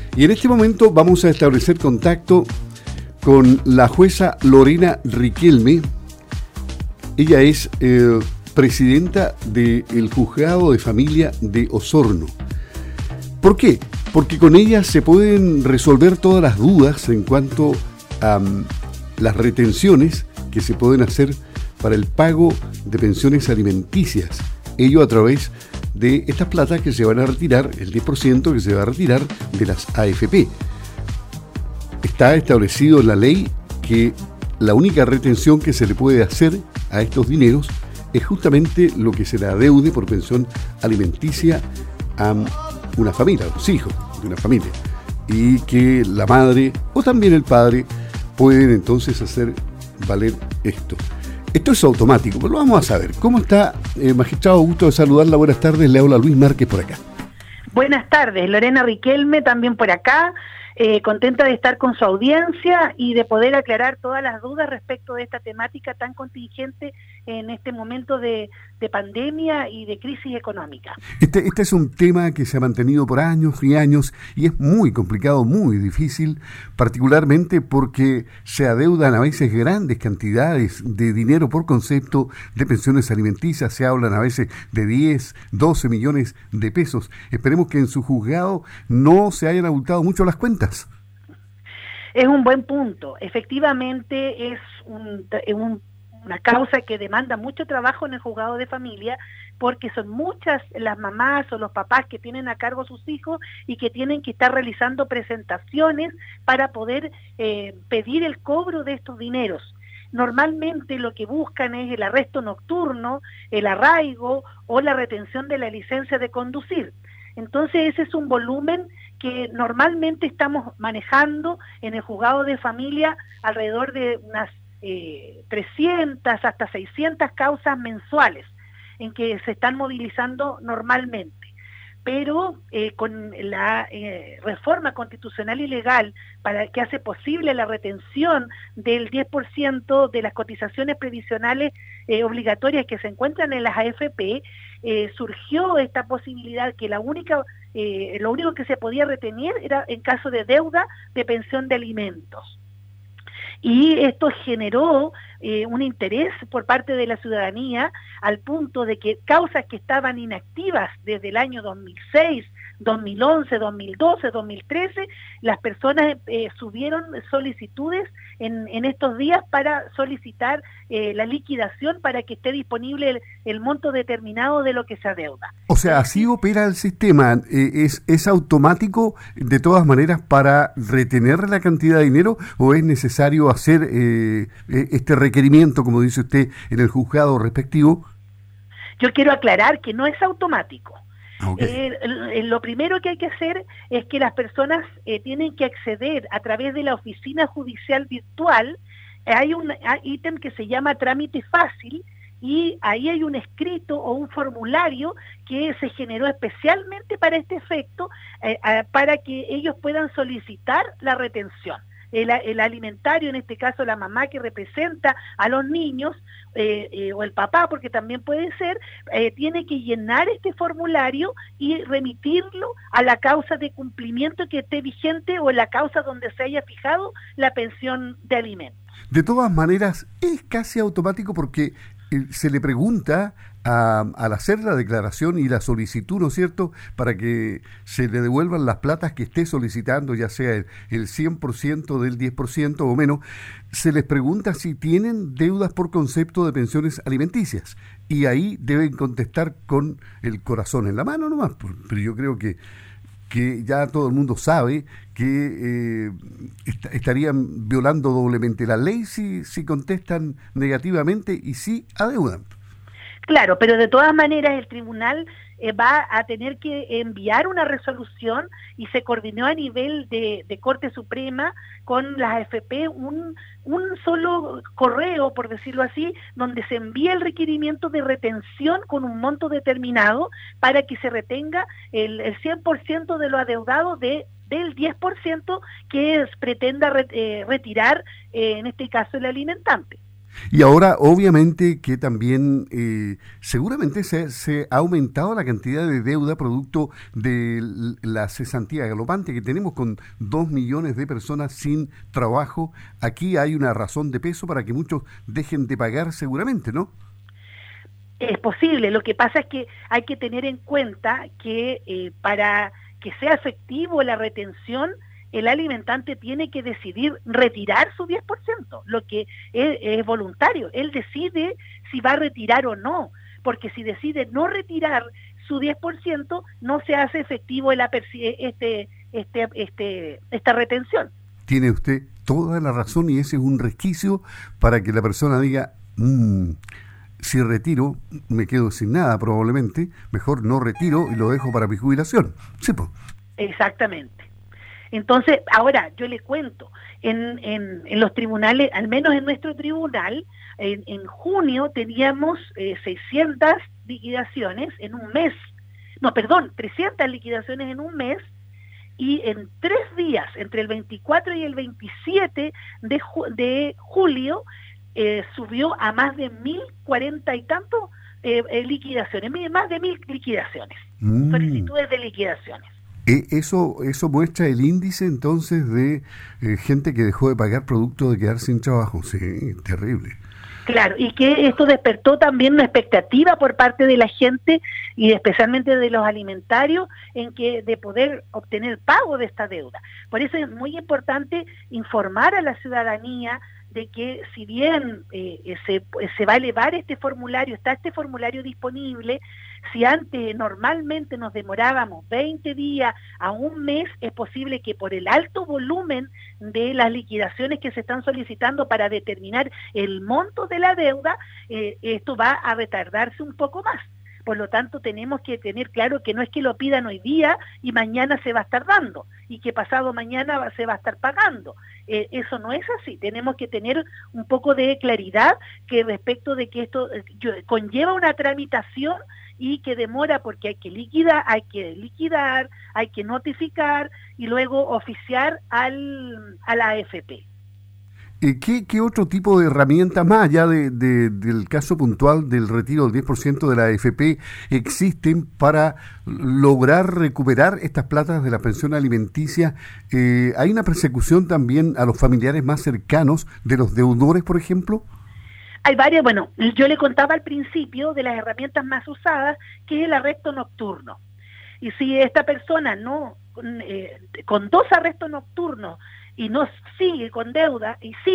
Y en este momento vamos a establecer contacto con la jueza Lorena Riquelme. Ella es presidenta del Juzgado de Familia de Osorno. ¿Por qué? Porque con ella se pueden resolver todas las dudas en cuanto a las retenciones que se pueden hacer para el pago de pensiones alimenticias. Ello a través de estas platas que se van a retirar, el 10% que se va a retirar de las AFP. Está establecido en la ley que la única retención que se le puede hacer a estos dineros es justamente lo que se le adeude por pensión alimenticia a una familia, a los hijos de una familia, y que la madre o también el padre pueden entonces hacer valer esto. Esto es automático, pero lo vamos a saber. ¿Cómo está, magistrado? Gusto de saludarla. Buenas tardes. Le habla Luis Márquez por acá. Buenas tardes. Lorena Riquelme también por acá. Contenta de estar con su audiencia y de poder aclarar todas las dudas respecto de esta temática tan contingente en este momento de pandemia y de crisis económica. Este es un tema que se ha mantenido por años y años y es muy complicado, muy difícil, particularmente porque se adeudan a veces grandes cantidades de dinero por concepto de pensiones alimenticias. Se hablan a veces de 10, 12 millones de pesos. Esperemos que en su juzgado no se hayan abultado mucho las cuentas. Es un buen punto. Efectivamente es una causa que demanda mucho trabajo en el juzgado de familia, porque son muchas las mamás o los papás que tienen a cargo a sus hijos y que tienen que estar realizando presentaciones para poder pedir el cobro de estos dineros. Normalmente lo que buscan es el arresto nocturno, el arraigo o la retención de la licencia de conducir. Entonces ese es un volumen que normalmente estamos manejando en el juzgado de familia alrededor de unas 300 hasta 600 causas mensuales en que se están movilizando normalmente. Pero con la reforma constitucional y legal para que hace posible la retención del 10% de las cotizaciones previsionales obligatorias que se encuentran en las AFP, surgió esta posibilidad que lo único que se podía retener era en caso de deuda de pensión de alimentos. Y esto generó un interés por parte de la ciudadanía al punto de que causas que estaban inactivas desde el año 2006, 2011, 2012, 2013, las personas subieron solicitudes en estos días para solicitar la liquidación para que esté disponible el monto determinado de lo que se adeuda. O sea, así opera el sistema. ¿Es automático de todas maneras para retener la cantidad de dinero o es necesario hacer este requerimiento, como dice usted, en el juzgado respectivo? Yo quiero aclarar que no es automático. Okay. Lo primero que hay que hacer es que las personas tienen que acceder a través de la oficina judicial virtual. Hay un ítem que se llama trámite fácil y ahí hay un escrito o un formulario que se generó especialmente para este efecto, para que ellos puedan solicitar la retención. El alimentario, en este caso la mamá que representa a los niños, o el papá, porque también puede ser, tiene que llenar este formulario y remitirlo a la causa de cumplimiento que esté vigente o en la causa donde se haya fijado la pensión de alimentos. De todas maneras, es casi automático porque se le pregunta al hacer la declaración y la solicitud, ¿no es cierto?, para que se le devuelvan las platas que esté solicitando, ya sea el 100% del 10% o menos, se les pregunta si tienen deudas por concepto de pensiones alimenticias. Y ahí deben contestar con el corazón en la mano nomás, pero yo creo que ya todo el mundo sabe que estarían violando doblemente la ley si contestan negativamente y si adeudan. Claro, pero de todas maneras el tribunal va a tener que enviar una resolución y se coordinó a nivel de Corte Suprema con las AFP un solo correo, por decirlo así, donde se envía el requerimiento de retención con un monto determinado para que se retenga el 100% de lo adeudado del 10% que pretenda retirar, en este caso el alimentante. Y ahora, obviamente, que también seguramente se ha aumentado la cantidad de deuda producto de la cesantía galopante que tenemos con 2 millones de personas sin trabajo. Aquí hay una razón de peso para que muchos dejen de pagar seguramente, ¿no? Es posible, lo que pasa es que hay que tener en cuenta que para que sea efectivo la retención, el alimentante tiene que decidir retirar su 10%, lo que es voluntario. Él decide si va a retirar o no, porque si decide no retirar su 10%, no se hace efectivo esta retención. Tiene usted toda la razón y ese es un resquicio para que la persona diga, si retiro me quedo sin nada probablemente, mejor no retiro y lo dejo para mi jubilación. Sí, pues. Exactamente. Entonces, ahora yo le cuento, en los tribunales, al menos en nuestro tribunal, en junio teníamos 600 liquidaciones en un mes, 300 liquidaciones en un mes, y en 3 días, entre el 24 y el 27 de julio, subió a más de 1.040 y tanto liquidaciones, más de 1.000 liquidaciones, solicitudes de liquidaciones. Eso muestra el índice entonces de gente que dejó de pagar producto de quedar sin trabajo. Sí, terrible. Claro, y que esto despertó también una expectativa por parte de la gente y especialmente de los alimentarios de poder obtener pago de esta deuda. Por eso es muy importante informar a la ciudadanía de que si bien se va a elevar este formulario, está este formulario disponible, si antes normalmente nos demorábamos 20 días a un mes, es posible que por el alto volumen de las liquidaciones que se están solicitando para determinar el monto de la deuda, esto va a retardarse un poco más. Por lo tanto, tenemos que tener claro que no es que lo pidan hoy día y mañana se va a estar dando, y que pasado mañana se va a estar pagando. Eso no es así. Tenemos que tener un poco de claridad que respecto de que esto conlleva una tramitación y que demora porque hay que liquidar, hay que notificar y luego oficiar a la AFP. ¿Qué otro tipo de herramientas, más allá del caso puntual del retiro del 10% de la AFP, existen para lograr recuperar estas platas de la pensión alimenticia? ¿Hay una persecución también a los familiares más cercanos de los deudores, por ejemplo? Hay varias, yo le contaba al principio de las herramientas más usadas, que es el arresto nocturno. Y si esta persona con 2 arrestos nocturnos y no sigue con deuda,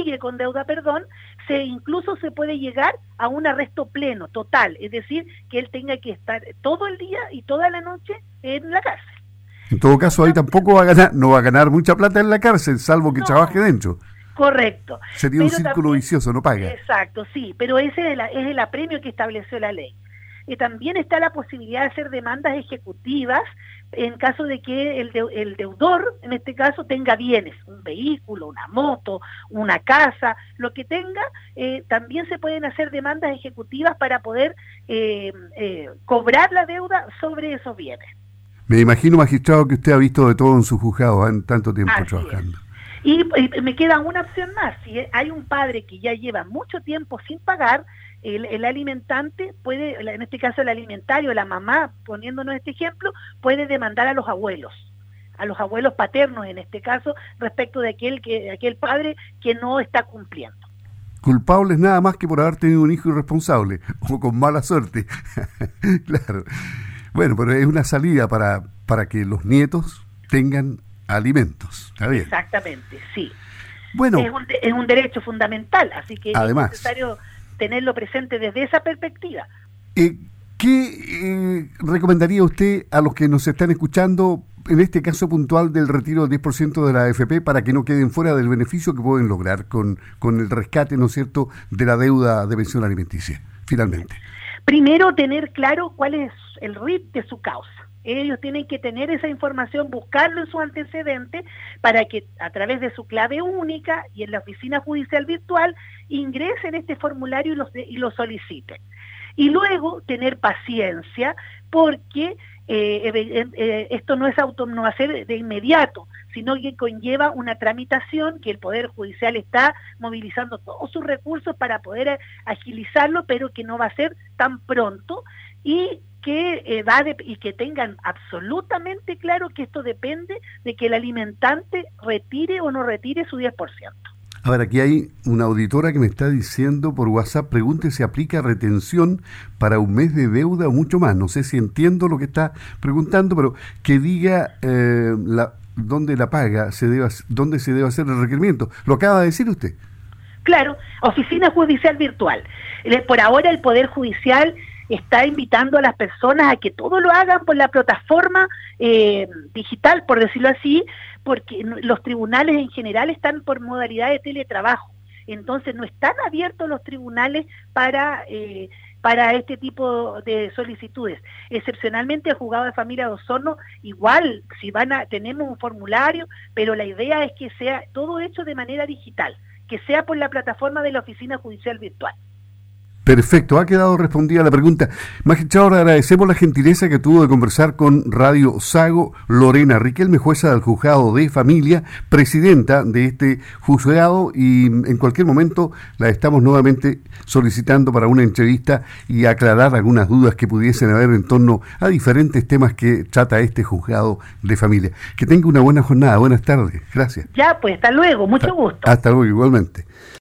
incluso se puede llegar a un arresto pleno, total, es decir, que él tenga que estar todo el día y toda la noche en la cárcel. En todo caso, ahí tampoco no va a ganar mucha plata en la cárcel, salvo que trabaje dentro. Correcto. Sería un círculo vicioso, no paga. Exacto, sí, pero ese es el apremio que estableció la ley. También está la posibilidad de hacer demandas ejecutivas en caso de que el deudor, en este caso, tenga bienes, un vehículo, una moto, una casa, lo que tenga, también se pueden hacer demandas ejecutivas para poder cobrar la deuda sobre esos bienes. Me imagino, magistrado, que usted ha visto de todo en su juzgado en tanto tiempo trabajando. Y me queda una opción más. Si hay un padre que ya lleva mucho tiempo sin pagar, el alimentante puede, en este caso el alimentario, la mamá, poniéndonos este ejemplo, puede demandar a los abuelos paternos en este caso, respecto de aquel padre que no está cumpliendo. Culpables nada más que por haber tenido un hijo irresponsable, o con mala suerte. Claro. Bueno, pero es una salida para que los nietos tengan alimentos. ¿Está bien? Exactamente, sí. Bueno, es un derecho fundamental, así que además, es necesario tenerlo presente desde esa perspectiva. ¿Qué recomendaría usted a los que nos están escuchando en este caso puntual del retiro del 10% de la AFP para que no queden fuera del beneficio que pueden lograr con el rescate, ¿no es cierto?, de la deuda de pensión alimenticia, finalmente? Primero, tener claro cuál es el RIP de su causa. Ellos tienen que tener esa información, buscarlo en su antecedente para que a través de su clave única y en la oficina judicial virtual ingresen este formulario y lo soliciten. Y luego tener paciencia porque esto no va a ser de inmediato, sino que conlleva una tramitación que el Poder Judicial está movilizando todos sus recursos para poder agilizarlo, pero que no va a ser tan pronto, y que y que tengan absolutamente claro que esto depende de que el alimentante retire o no retire su 10%. A ver, aquí hay una auditora que me está diciendo por WhatsApp, pregunte si aplica retención para un mes de deuda o mucho más. No sé si entiendo lo que está preguntando, pero que diga dónde la paga, dónde se debe hacer el requerimiento. Lo acaba de decir usted. Claro, oficina judicial virtual. Por ahora el Poder Judicial está invitando a las personas a que todo lo hagan por la plataforma digital, por decirlo así, porque los tribunales en general están por modalidad de teletrabajo, entonces no están abiertos los tribunales para este tipo de solicitudes. Excepcionalmente el juzgado de familia de Osorno, igual, tenemos un formulario, pero la idea es que sea todo hecho de manera digital, que sea por la plataforma de la oficina judicial virtual. Perfecto, ha quedado respondida la pregunta. Magistrado, agradecemos la gentileza que tuvo de conversar con Radio Sago. Lorena Riquelme, jueza del Juzgado de Familia, presidenta de este juzgado, y en cualquier momento la estamos nuevamente solicitando para una entrevista y aclarar algunas dudas que pudiesen haber en torno a diferentes temas que trata este Juzgado de Familia. Que tenga una buena jornada, buenas tardes, gracias. Ya, pues, hasta luego, mucho gusto. Hasta luego, igualmente.